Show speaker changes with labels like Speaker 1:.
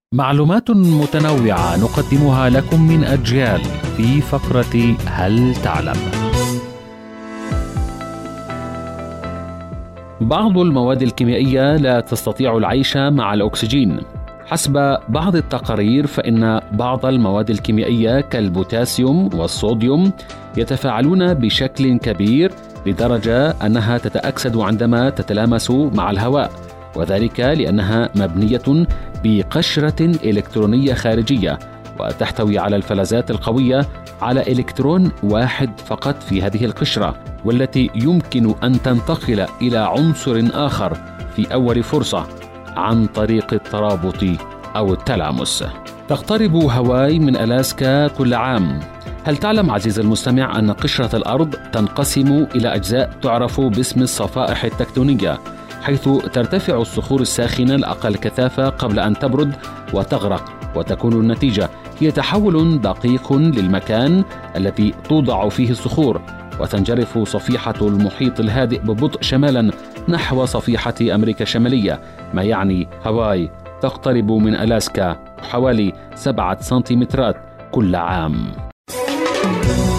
Speaker 1: معلومات متنوعة نقدمها لكم من أجيال في فقرة هل تعلم؟ بعض المواد الكيميائية لا تستطيع العيش مع الأكسجين. حسب بعض التقارير فإن بعض المواد الكيميائية كالبوتاسيوم والصوديوم يتفاعلون بشكل كبير لدرجة أنها تتأكسد عندما تتلامس مع الهواء، وذلك لأنها مبنية بقشرة إلكترونية خارجية وتحتوي على الفلزات القوية على إلكترون واحد فقط في هذه القشرة، والتي يمكن أن تنتقل إلى عنصر آخر في أول فرصة عن طريق الترابط أو التلامس. تقترب هاواي من ألاسكا كل عام. هل تعلم عزيزي المستمع أن قشرة الأرض تنقسم إلى أجزاء تعرف باسم الصفائح التكتونية، حيث ترتفع الصخور الساخنة الأقل كثافة قبل أن تبرد وتغرق، وتكون النتيجة هي تحول دقيق للمكان الذي توضع فيه الصخور، وتنجرف صفيحة المحيط الهادئ ببطء شمالا نحو صفيحة أمريكا الشمالية، ما يعني هاواي تقترب من ألاسكا حوالي 7 سنتيمترات كل عام.